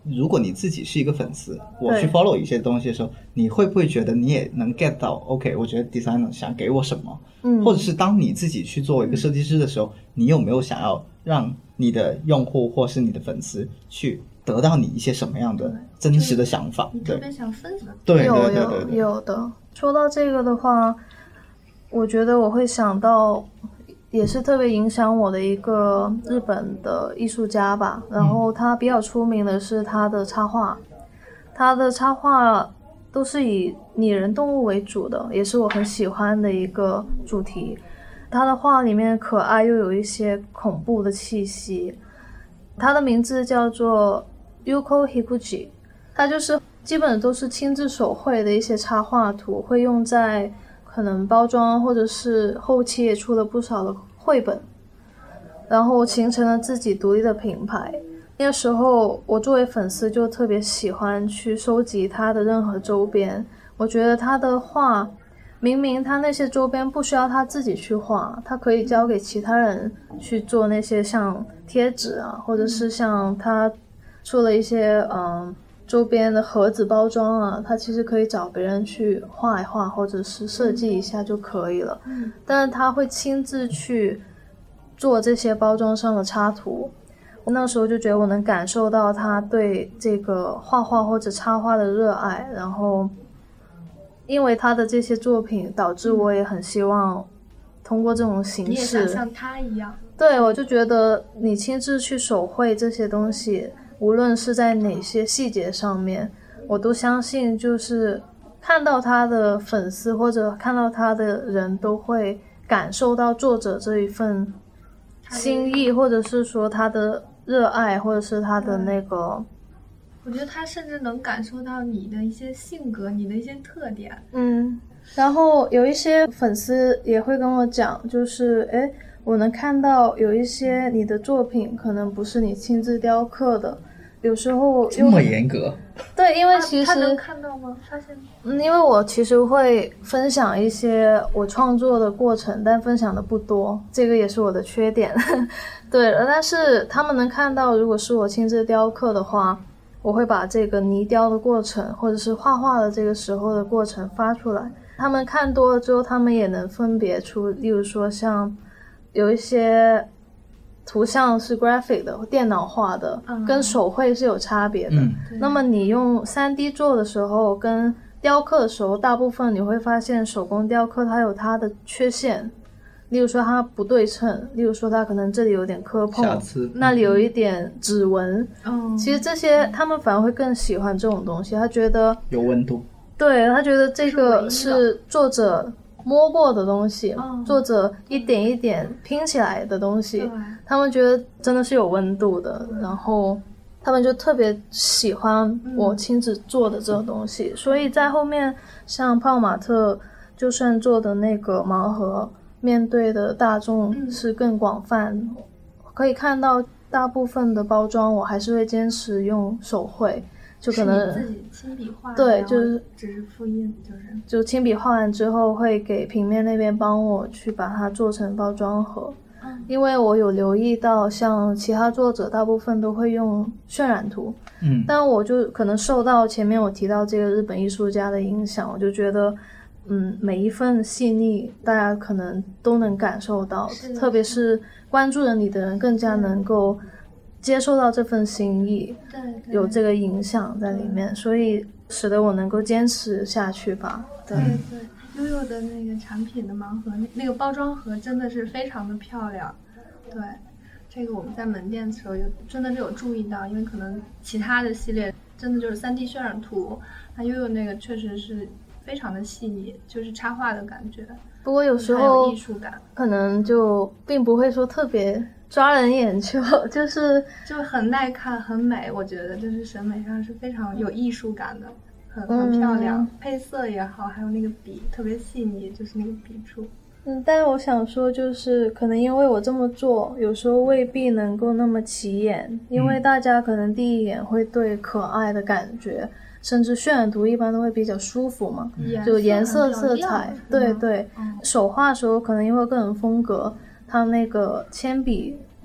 如果你自己是一个粉丝，我去 follow 一些东西的时候，你会不会觉得你也能 get 到 OK 我觉得 designer 想给我什么， 嗯， 或者是当你自己去做一个设计师的时候，你有没有想要让你的用户或是你的粉丝去得到你一些什么样的真实的想法？ 你特别想分享。 对对有对对对， 有有的。说到这个的话，我觉得我会想到也是特别影响我的一个日本的艺术家吧，然后他比较出名的是他的插画，他的插画都是以拟人动物为主的，也是我很喜欢的一个主题。他的画里面可爱又有一些恐怖的气息。他的名字叫做 Yuko Higuchi， 他就是基本都是亲自手绘的一些插画图，会用在可能包装或者是后期也出了不少的绘本，然后形成了自己独立的品牌。那个时候我作为粉丝就特别喜欢去收集他的任何周边，我觉得他的画明明他那些周边不需要他自己去画，他可以交给其他人去做那些像贴纸啊，或者是像他出了一些嗯周边的盒子包装啊，他其实可以找别人去画一画或者是设计一下就可以了， 嗯， 但是他会亲自去做这些包装上的插图。我那时候就觉得我能感受到他对这个画画或者插画的热爱，然后因为他的这些作品导致我也很希望通过这种形式， 你也想像他一样。 对，我就觉得你亲自去手绘这些东西，无论是在哪些细节上面，我都相信就是看到他的粉丝或者看到他的人都会感受到作者这一份心意，或者是说他的热爱，或者是他的那个， 我觉得他甚至能感受到你的一些性格，你的一些特点。 嗯，然后有一些粉丝也会跟我讲，就是诶我能看到有一些你的作品可能不是你亲自雕刻的，有时候这么严格？ 对，因为其实、 啊、他能看到吗？发现嗯，因为我其实会分享一些我创作的过程，但分享的不多，这个也是我的缺点。对，但是他们能看到，如果是我亲自雕刻的话，我会把这个泥雕的过程或者是画画的这个时候的过程发出来，他们看多了之后，他们也能分别出，例如说像有一些图像是 graphic 的电脑画的、嗯、跟手绘是有差别的、嗯、那么你用 三 D 做的时候跟雕刻的时候，大部分你会发现手工雕刻它有它的缺陷，例如说它不对称，例如说它可能这里有点磕碰， 瑕疵， 那里有一点指纹、 嗯、 其实这些他们反而会更喜欢这种东西，他觉得有温度， 对，他觉得这个是作者摸过的东西、哦、作者一点一点拼起来的东西，他们觉得真的是有温度的，然后他们就特别喜欢我亲自做的这种东西、嗯、所以在后面像泡玛特就算做的那个盲盒，面对的大众是更广泛、嗯、可以看到大部分的包装我还是会坚持用手绘，就可能是你自己亲笔画， 对，就是只是复印，就是就亲笔画完之后会给平面那边帮我去把它做成包装盒、嗯、因为我有留意到像其他作者大部分都会用渲染图， 嗯， 但我就可能受到前面我提到这个日本艺术家的影响，我就觉得嗯，每一份细腻大家可能都能感受到，特别是关注了你的人更加能够接受到这份心意， 对，对， 有这个影响在里面，所以使得我能够坚持下去吧。对对对，悠悠的那个产品的盲盒，那个包装盒真的是非常的漂亮。对，这个我们在门店的时候有真的是有注意到，因为可能其他的系列真的就是 三 D 渲染图，那悠悠那个确实是非常的细腻，就是插画的感觉。 不过有时候有艺术感，可能就并不会说特别抓人眼球，就是就很耐看很美，我觉得就是审美上是非常有艺术感的，很很漂亮、嗯、配色也好，还有那个笔特别细腻，就是那个笔触。 嗯，但是我想说就是可能因为我这么做有时候未必能够那么起眼，因为大家可能第一眼会对可爱的感觉、嗯、甚至渲染图一般都会比较舒服嘛、嗯、就颜色色彩，对对、嗯、手画的时候可能因为个人风格，它那个铅笔不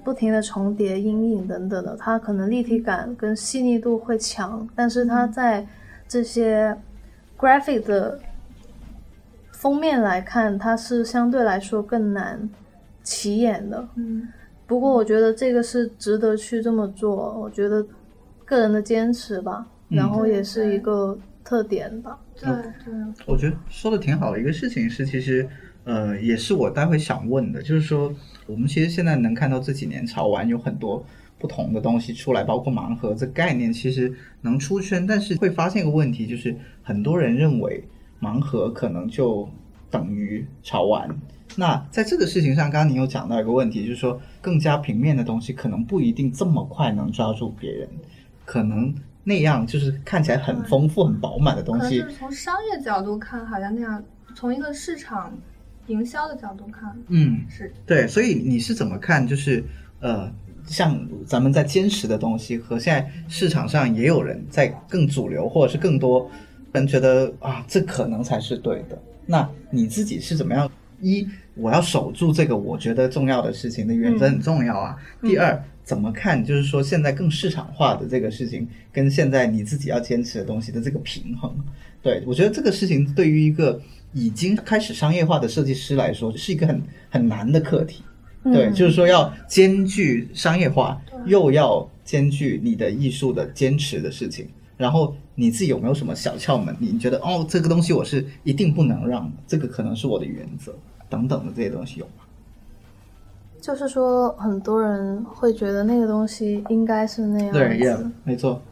不停的重叠阴影等等的，它可能立体感跟细腻度会强，但是它在这些 graphic 的封面来看，它是相对来说更难起眼的。 嗯， 不过我觉得这个是值得去这么做，我觉得个人的坚持吧， 嗯、 然后也是一个特点吧。 对对， 我觉得说的挺好的一个事情是，其实呃也是我待会想问的，就是说我们其实现在能看到这几年潮玩有很多不同的东西出来，包括盲盒这概念其实能出圈，但是会发现一个问题，就是很多人认为盲盒可能就等于潮玩。那在这个事情上，刚刚你有讲到一个问题，就是说更加平面的东西可能不一定这么快能抓住别人，可能那样就是看起来很丰富很饱满的东西， 可能就是从商业角度看好像那样，从一个市场营销的角度看， 嗯， 是对。 所以你是怎么看就是呃像咱们在坚持的东西和现在市场上也有人在更主流或者是更多人觉得啊这可能才是对的，那你自己是怎么样？一，我要守住这个我觉得重要的事情的原则很重要啊、嗯、第二、嗯、怎么看就是说现在更市场化的这个事情跟现在你自己要坚持的东西的这个平衡。对，我觉得这个事情对于一个已经开始商业化的设计师来说是一个很很难的课题。对、嗯、就是说要兼具商业化又要兼具你的艺术的坚持的事情，然后你自己有没有什么小窍门，你觉得哦这个东西我是一定不能让的，这个可能是我的原则等等的这些东西有吗？ 就是说很多人会觉得那个东西应该是那样子。 对 yeah, 没错。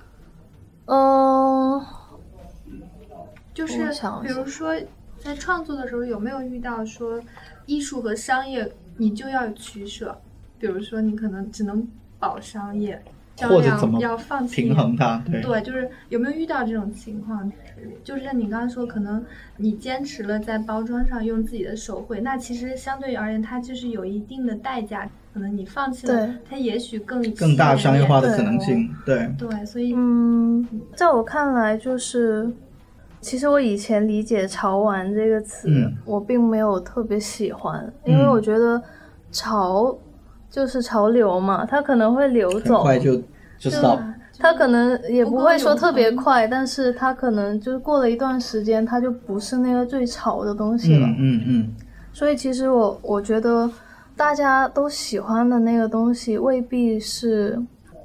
嗯、呃， 就是比如说在创作的时候有没有遇到说艺术和商业你就要取舍，比如说你可能只能保商业， 或者怎么要放弃平衡它。 对, 对，就是有没有遇到这种情况，就是像你刚刚说可能你坚持了在包装上用自己的手绘，那其实相对而言它就是有一定的代价，可能你放弃了它也许更更大商业化的可能性。对对, 对，所以嗯，在我看来就是其实我以前理解潮玩这个词、嗯、我并没有特别喜欢，因为我觉得潮就是潮流嘛，它可能会流走， 很快就就 stop， 它可能也不会说特别快，但是它可能就是过了一段时间它就不是那个最潮的东西了。 嗯嗯嗯。 所以其实我我觉得大家都喜欢的那个东西未必是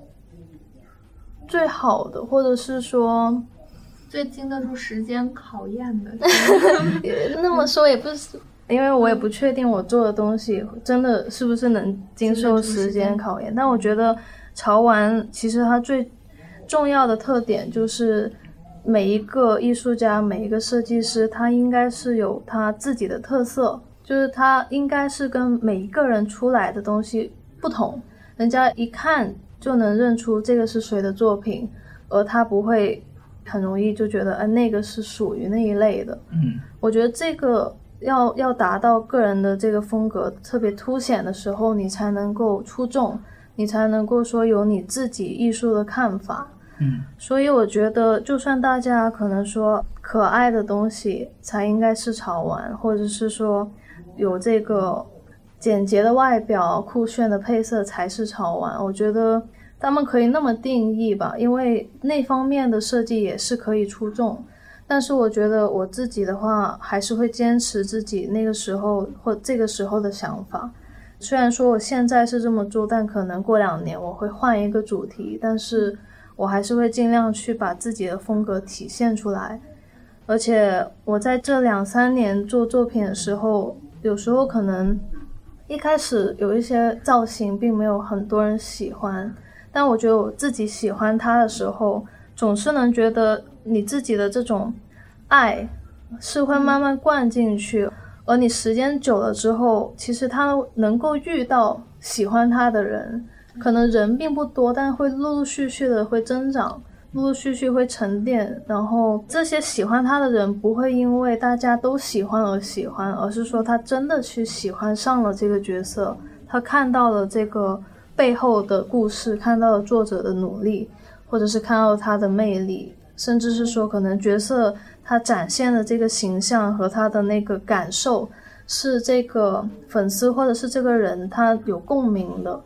最好的，或者是说最经得住时间考验的。 那么说也不是，因为我也不确定我做的东西真的是不是能经受时间考验，但我觉得潮玩其实它最重要的特点就是每一个艺术家每一个设计师他应该是有他自己的特色，就是他应该是跟每一个人出来的东西不同，人家一看就能认出这个是谁的作品，而他不会很容易就觉得哎，那个是属于那一类的。 嗯， 我觉得这个要要达到个人的这个风格特别凸显的时候，你才能够出众，你才能够说有你自己艺术的看法。 嗯， 所以我觉得就算大家可能说可爱的东西才应该是潮玩，或者是说有这个简洁的外表酷炫的配色才是潮玩，我觉得他们可以那么定义吧，因为那方面的设计也是可以出众。但是我觉得我自己的话还是会坚持自己那个时候或这个时候的想法，虽然说我现在是这么做，但可能过两年我会换一个主题，但是我还是会尽量去把自己的风格体现出来。而且我在这两三年做作品的时候，有时候可能一开始有一些造型并没有很多人喜欢，但我觉得我自己喜欢它的时候，总是能觉得你自己的这种爱是会慢慢灌进去，而你时间久了之后，其实它能够遇到喜欢它的人，可能人并不多，但会陆陆续续的会增长，陆陆续续会沉淀，然后这些喜欢他的人不会因为大家都喜欢而喜欢，而是说他真的去喜欢上了这个角色，他看到了这个背后的故事，看到了作者的努力，或者是看到了他的魅力，甚至是说可能角色他展现的这个形象和他的那个感受是这个粉丝或者是这个人他有共鸣的，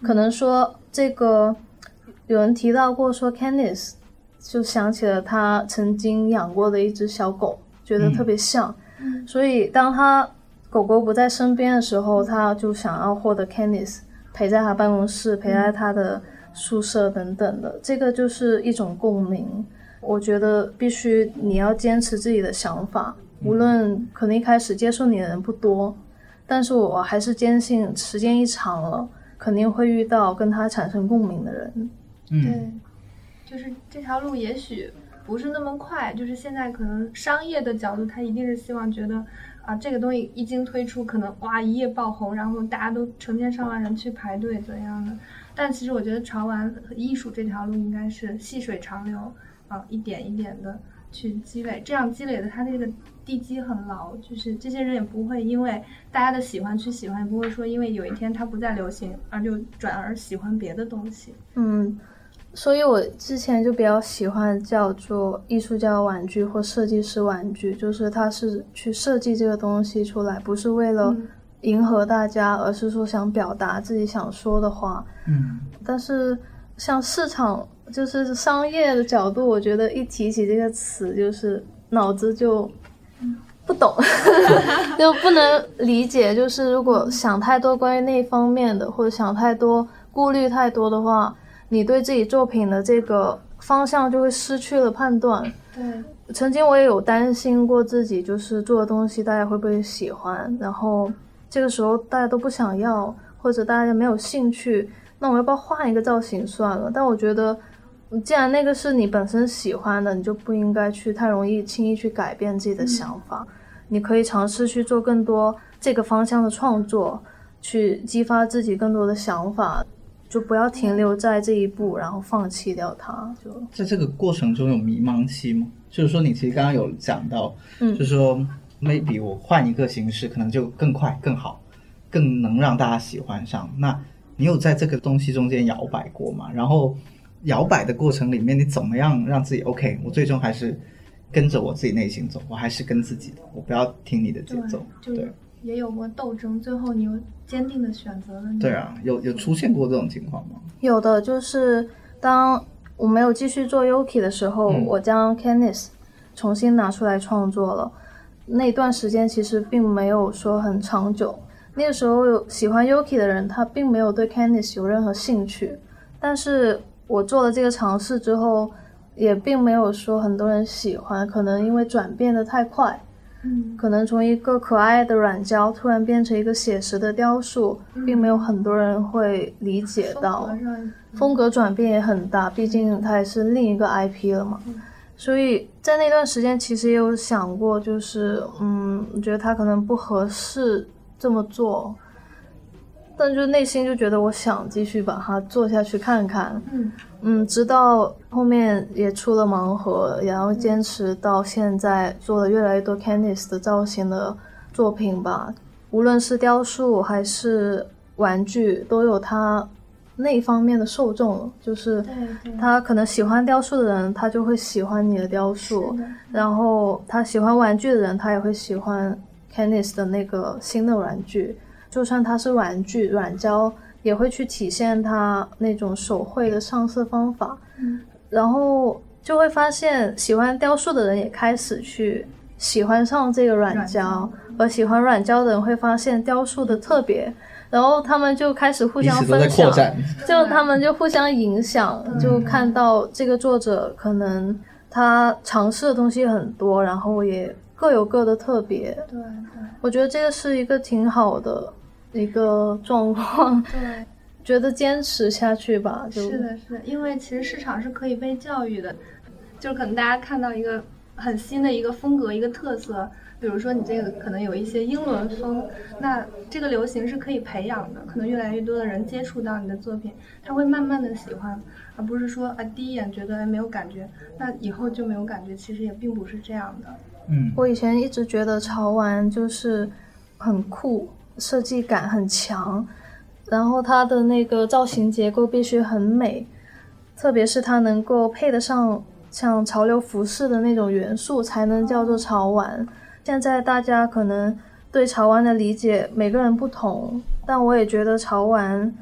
可能说这个有人提到过说 Candice 就想起了他曾经养过的一只小狗，觉得特别像、嗯、所以当他狗狗不在身边的时候，他就想要获得 Candice 陪在他办公室，陪在他的宿舍等等的，这个就是一种共鸣。我觉得必须你要坚持自己的想法，无论可能一开始接受你的人不多，但是我还是坚信时间一长了肯定会遇到跟他产生共鸣的人。 嗯，对，就是这条路也许不是那么快，就是现在可能商业的角度他一定是希望觉得啊，这个东西一经推出可能哇一夜爆红，然后大家都成千上万人去排队怎样的，但其实我觉得潮玩和艺术这条路应该是细水长流啊，一点一点的去积累，这样积累的它这个地基很牢，就是这些人也不会因为大家的喜欢去喜欢，也不会说因为有一天它不再流行而就转而喜欢别的东西。 嗯，所以我之前就比较喜欢叫做艺术家玩具或设计师玩具，就是他是去设计这个东西出来，不是为了迎合大家、嗯、而是说想表达自己想说的话。 嗯， 但是像市场就是商业的角度，我觉得一提起这个词就是脑子就不懂就不能理解，就是如果想太多关于那方面的，或者想太多顾虑太多的话，你对自己作品的这个方向就会失去了判断。 对， 曾经我也有担心过自己就是做的东西大家会不会喜欢，然后这个时候大家都不想要，或者大家没有兴趣，那我要不要换一个造型算了。但我觉得既然那个是你本身喜欢的，你就不应该去太容易轻易去改变自己的想法、嗯、你可以尝试去做更多这个方向的创作，去激发自己更多的想法，就不要停留在这一步然后放弃掉它。就在这个过程中有迷茫期吗？就是说你其实刚刚有讲到、嗯、就是说 maybe 我换一个形式可能就更快更好，更能让大家喜欢上，那你有在这个东西中间摇摆过吗？然后摇摆的过程里面你怎么样让自己 OK 我最终还是跟着我自己内心走，我还是跟自己的，我不要听你的节奏。 对，就也有过斗争，最后你又坚定的选择了。 对啊，有有出现过这种情况吗？ 有的，就是当我没有继续做 Yuki 的时候、嗯、我将 Candice 重新拿出来创作了，那段时间其实并没有说很长久，那个时候有喜欢 Yuki 的人他并没有对 Candice 有任何兴趣，但是我做了这个尝试之后也并没有说很多人喜欢，可能因为转变的太快，嗯，可能从一个可爱的软胶突然变成一个写实的雕塑、嗯、并没有很多人会理解到，风格, 风格转变也很大，毕竟它也是另一个 I P 了嘛、嗯、所以在那段时间其实也有想过，就是嗯，我觉得它可能不合适这么做，但就内心就觉得我想继续把它做下去看看。嗯嗯，直到后面也出了盲盒，然后坚持到现在做了越来越多 Candice 的造型的作品吧，无论是雕塑还是玩具都有它那方面的受众，就是他可能喜欢雕塑的人他就会喜欢你的雕塑，然后他喜欢玩具的人他也会喜欢 Candice 的那个新的玩具，就算它是玩具软胶也会去体现它那种手绘的上色方法、嗯、然后就会发现喜欢雕塑的人也开始去喜欢上这个软胶，而喜欢软胶的人会发现雕塑的特别，然后他们就开始互相分享，就他们就互相影响、嗯、就看到这个作者可能他尝试的东西很多，然后也各有各的特别。 对对， 我觉得这个是一个挺好的一个状况， 对， 觉得坚持下去吧。就是的，是的，因为其实市场是可以被教育的，就是可能大家看到一个很新的一个风格一个特色，比如说你这个可能有一些英伦风，那这个流行是可以培养的，可能越来越多的人接触到你的作品，他会慢慢的喜欢，而不是说啊第一眼觉得没有感觉，那以后就没有感觉，其实也并不是这样的。 嗯， 我以前一直觉得潮玩就是很酷，设计感很强，然后它的那个造型结构必须很美，特别是它能够配得上像潮流服饰的那种元素才能叫做潮玩。现在大家可能对潮玩的理解每个人不同，但我也觉得潮玩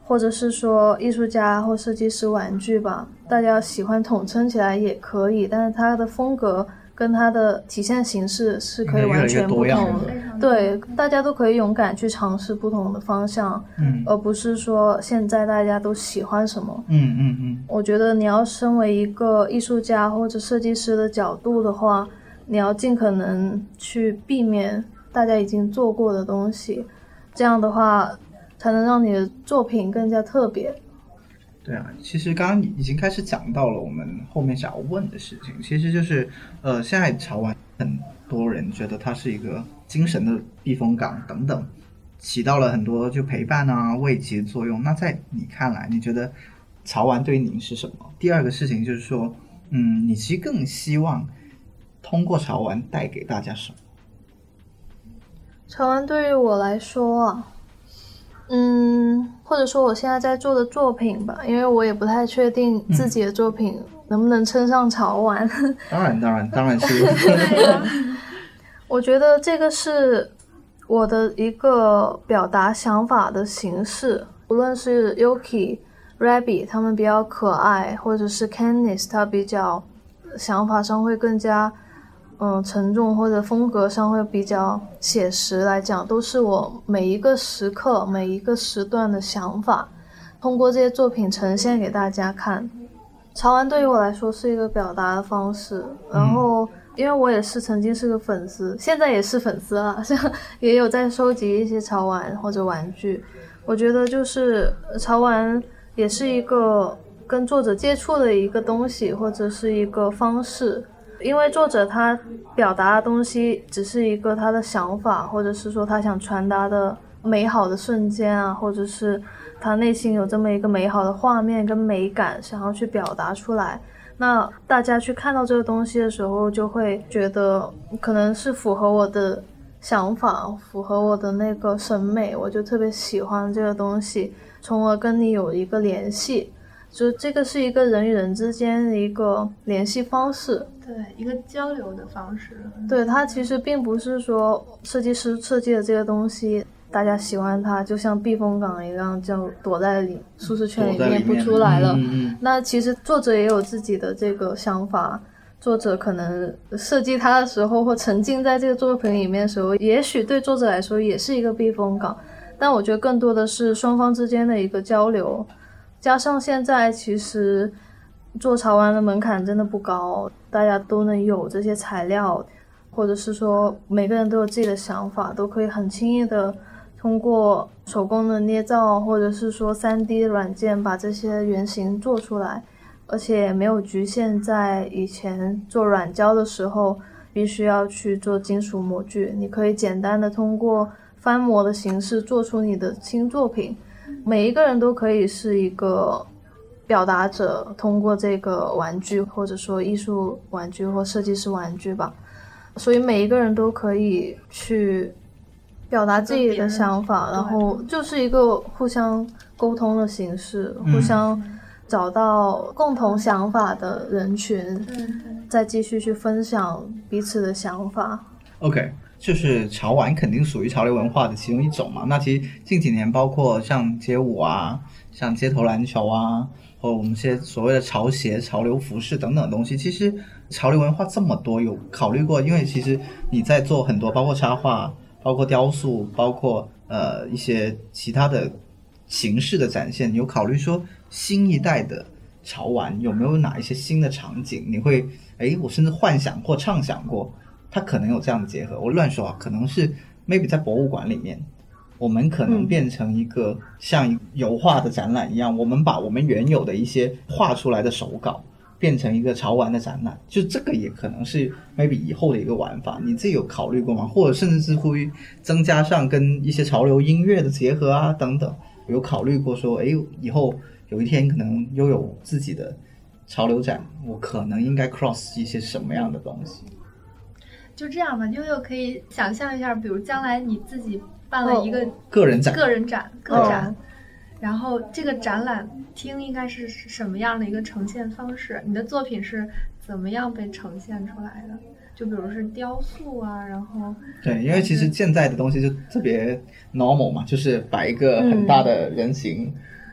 或者是说艺术家或设计师玩具吧，大家喜欢统称起来也可以，但是它的风格跟它的体现形式是可以完全不同的。对，大家都可以勇敢去尝试不同的方向，嗯，而不是说现在大家都喜欢什么。 嗯嗯嗯。 我觉得你要身为一个艺术家或者设计师的角度的话，你要尽可能去避免大家已经做过的东西，这样的话才能让你的作品更加特别。 对啊，其实刚刚已经开始讲到了我们后面想要问的事情，其实就是呃，现在潮玩很多人觉得它是一个精神的避风港等等，起到了很多就陪伴啊慰藉作用。那在你看来，你觉得潮玩对于你是什么？第二个事情就是说，嗯，你其实更希望通过潮玩带给大家什么？ 潮玩对于我来说啊，嗯，或者说我现在在做的作品吧，因为我也不太确定自己的作品能不能称上潮玩。 嗯、当然当然当然是我觉得这个是我的一个表达想法的形式，无论是 Yuki、Rabbit 他们比较可爱，或者是 Candice 他比较想法上会更加嗯，沉重，或者风格上会比较写实来讲，都是我每一个时刻每一个时段的想法，通过这些作品呈现给大家看。潮玩对于我来说是一个表达的方式，然后因为我也是曾经是个粉丝，现在也是粉丝啦，也有在收集一些潮玩或者玩具。我觉得就是潮玩也是一个跟作者接触的一个东西，或者是一个方式，因为作者他表达的东西只是一个他的想法，或者是说他想传达的美好的瞬间啊，或者是他内心有这么一个美好的画面跟美感想要去表达出来，那大家去看到这个东西的时候就会觉得可能是符合我的想法，符合我的那个审美，我就特别喜欢这个东西，从而跟你有一个联系，就这个是一个人与人之间的一个联系方式， 对，一个交流的方式。 对，它其实并不是说设计师设计的这个东西大家喜欢它就像避风港一样，就躲在里舒适圈里面不出来了。 嗯嗯， 那其实作者也有自己的这个想法，作者可能设计它的时候或沉浸在这个作品里面的时候，也许对作者来说也是一个避风港，但我觉得更多的是双方之间的一个交流，加上现在其实做潮玩的门槛真的不高，大家都能有这些材料，或者是说每个人都有自己的想法，都可以很轻易的通过手工的捏造或者是说 三 D 软件把这些原型做出来，而且也没有局限在以前做软胶的时候必须要去做金属模具，你可以简单的通过翻模的形式做出你的新作品，每一个人都可以是一个表达者，通过这个玩具或者说艺术玩具或设计师玩具吧，所以每一个人都可以去表达自己的想法，然后就是一个互相沟通的形式， 嗯、 互相找到共同想法的人群， 嗯、 再继续去分享彼此的想法。 OK， 就是潮玩肯定属于潮流文化的其中一种嘛，那其实近几年包括像街舞啊，像街头篮球啊，或者我们这些所谓的潮鞋、潮流服饰等等的东西，其实潮流文化这么多，有考虑过，因为其实你在做很多包括插画，包括雕塑，包括呃一些其他的形式的展现，有考虑说新一代的潮玩有没有哪一些新的场景你会诶我甚至幻想或畅想过它可能有这样的结合？我乱说啊，可能是 maybe 在博物馆里面我们可能变成一个像油画的展览一样、嗯、我们把我们原有的一些画出来的手稿变成一个潮玩的展览，就这个也可能是 maybe 以后的一个玩法，你自己有考虑过吗？或者甚至是会增加上跟一些潮流音乐的结合啊等等，有考虑过说诶以后有一天可能拥有自己的潮流展，我可能应该 cross 一些什么样的东西？ 就这样吧，悠悠可以想象一下，比如将来你自己办了一个、 哦、个人展个人展个展、哦，然后这个展览厅应该是什么样的一个呈现方式？你的作品是怎么样被呈现出来的？就比如是雕塑啊，然后对，因为其实现在的东西就特别 normal 嘛，就是摆一个很大的人形、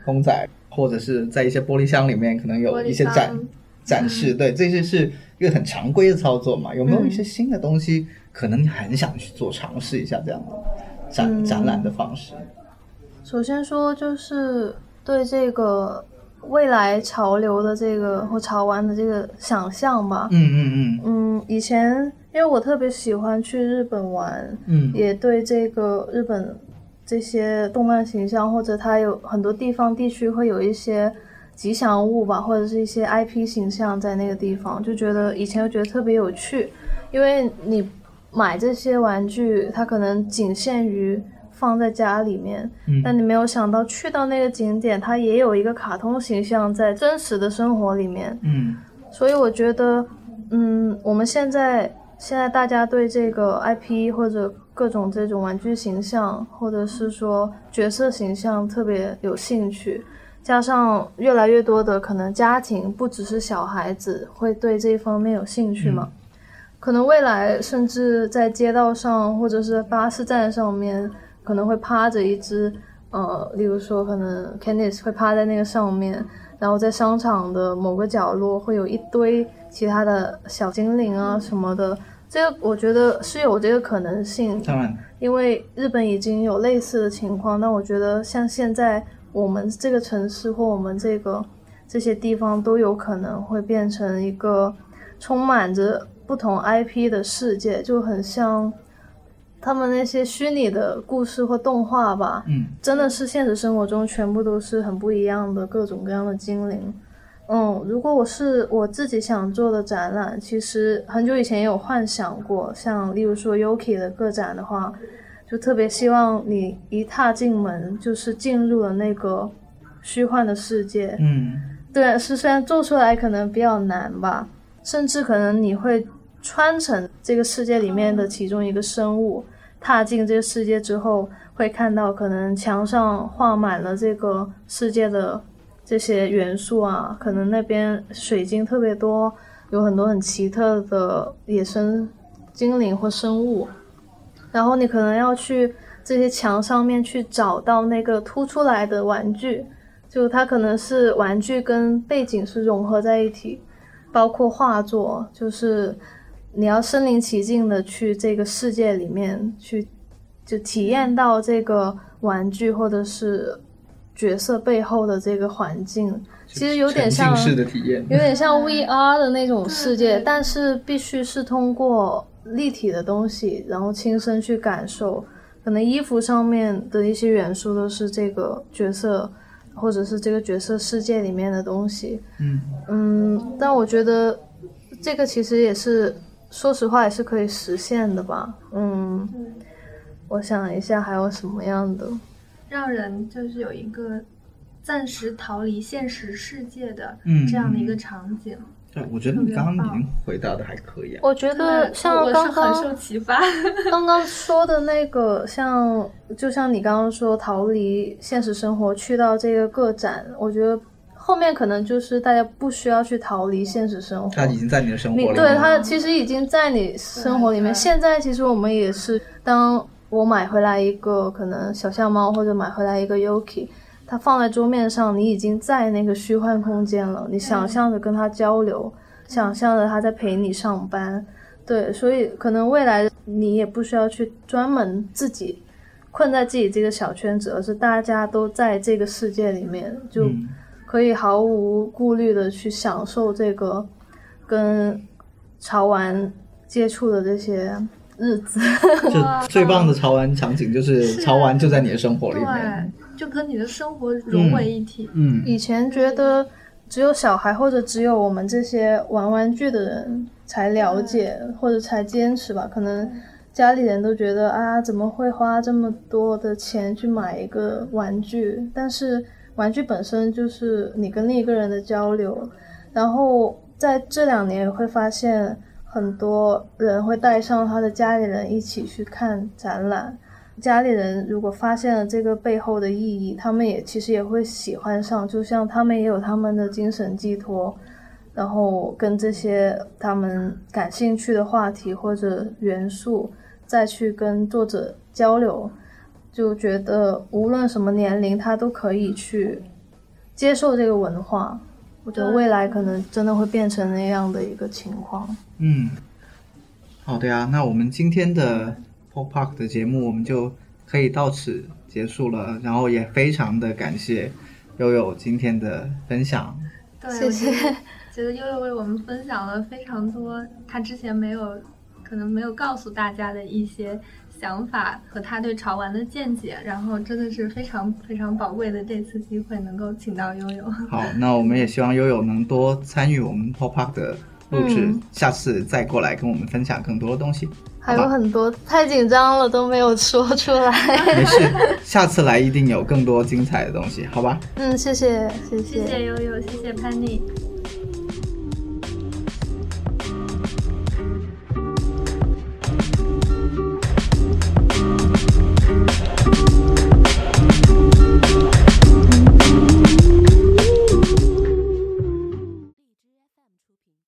公仔，或者是在一些玻璃箱里面可能有一些展展示，对，这些是一个很常规的操作嘛。有没有一些新的东西，嗯、可能你很想去做尝试一下这样的展、嗯、展览的方式？ 首先说就是对这个未来潮流的这个或潮玩的这个想象吧。 嗯嗯嗯嗯，以前因为我特别喜欢去日本玩， 嗯， 也对这个日本这些动漫形象，或者它有很多地方地区会有一些吉祥物吧，或者是一些 I P 形象在那个地方，就觉得以前就觉得特别有趣。因为你买这些玩具它可能仅限于放在家里面、嗯、但你没有想到去到那个景点它也有一个卡通形象在真实的生活里面。 嗯， 所以我觉得嗯，我们现在现在大家对这个 I P 或者各种这种玩具形象或者是说角色形象特别有兴趣，加上越来越多的可能家庭不只是小孩子会对这一方面有兴趣嘛、嗯、可能未来甚至在街道上或者是巴士站上面可能会趴着一只呃，例如说可能 Candice 会趴在那个上面，然后在商场的某个角落会有一堆其他的小精灵啊什么的，这个我觉得是有这个可能性。 当然因为日本已经有类似的情况，但我觉得像现在我们这个城市或我们这个这些地方都有可能会变成一个充满着不同 I P 的世界，就很像他们那些虚拟的故事或动画吧， 嗯， 真的是现实生活中全部都是很不一样的各种各样的精灵。嗯，如果我是我自己想做的展览，其实很久以前也有幻想过，像例如说 Yuki 的个展的话，就特别希望你一踏进门就是进入了那个虚幻的世界。 嗯， 对，是虽然做出来可能比较难吧，甚至可能你会穿成这个世界里面的其中一个生物，踏进这个世界之后会看到可能墙上画满了这个世界的这些元素啊，可能那边水晶特别多，有很多很奇特的野生精灵或生物，然后你可能要去这些墙上面去找到那个凸出来的玩具，就它可能是玩具跟背景是融合在一起，包括画作，就是你要身临其境的去这个世界里面去就体验到这个玩具或者是角色背后的这个环境，其实有点像沉浸式的体验， 有点像 V R 的那种世界，但是必须是通过立体的东西然后亲身去感受，可能衣服上面的一些元素都是这个角色或者是这个角色世界里面的东西。 嗯嗯，但我觉得这个其实也是说实话也是可以实现的吧。嗯，我想一下还有什么样的让人就是有一个暂时逃离现实世界的这样的一个场景。 嗯，对，我觉得你刚刚已经回答的还可以啊。 我觉得像刚刚我是很受启发刚刚说的那个像就像你刚刚说逃离现实生活去到这个个展，我觉得后面可能就是大家不需要去逃离现实生活， 它已经在你的生活里面， 对，它其实已经在你生活里面。现在其实我们也是，当我买回来一个可能小象猫或者买回来一个 Yuki， 它放在桌面上，你已经在那个虚幻空间了，你想象着跟它交流，想象着它在陪你上班。对，所以可能未来你也不需要去专门自己困在自己这个小圈子，而是大家都在这个世界里面，就可以毫无顾虑的去享受这个跟潮玩接触的这些日子。 就最棒的潮玩场景就是潮玩就在你的生活里面， 对，就跟你的生活融为一体。 嗯， 以前觉得只有小孩或者只有我们这些玩玩具的人才了解或者才坚持吧，可能家里人都觉得啊怎么会花这么多的钱去买一个玩具，但是玩具本身就是你跟另一个人的交流。然后在这两年会发现很多人会带上他的家里人一起去看展览，家里人如果发现了这个背后的意义，他们也其实也会喜欢上，就像他们也有他们的精神寄托，然后跟这些他们感兴趣的话题或者元素再去跟作者交流，就觉得无论什么年龄他都可以去接受这个文化。我觉得未来可能真的会变成那样的一个情况。 嗯，好的呀，那我们今天的 Pop Park 的节目我们就可以到此结束了，然后也非常的感谢悠悠今天的分享。 对， 谢谢。 觉得悠悠为我们分享了非常多他之前没有可能没有告诉大家的一些想法和他对潮玩的见解，然后真的是非常非常宝贵的这次机会能够请到悠悠。 好，那我们也希望悠悠能多参与我们 Pop Park 的录制、嗯、下次再过来跟我们分享更多的东西。 还有很多，太紧张了都没有说出来。 没事，下次来一定有更多精彩的东西，好吧？ 嗯，谢谢谢谢谢悠悠，谢谢潘妮。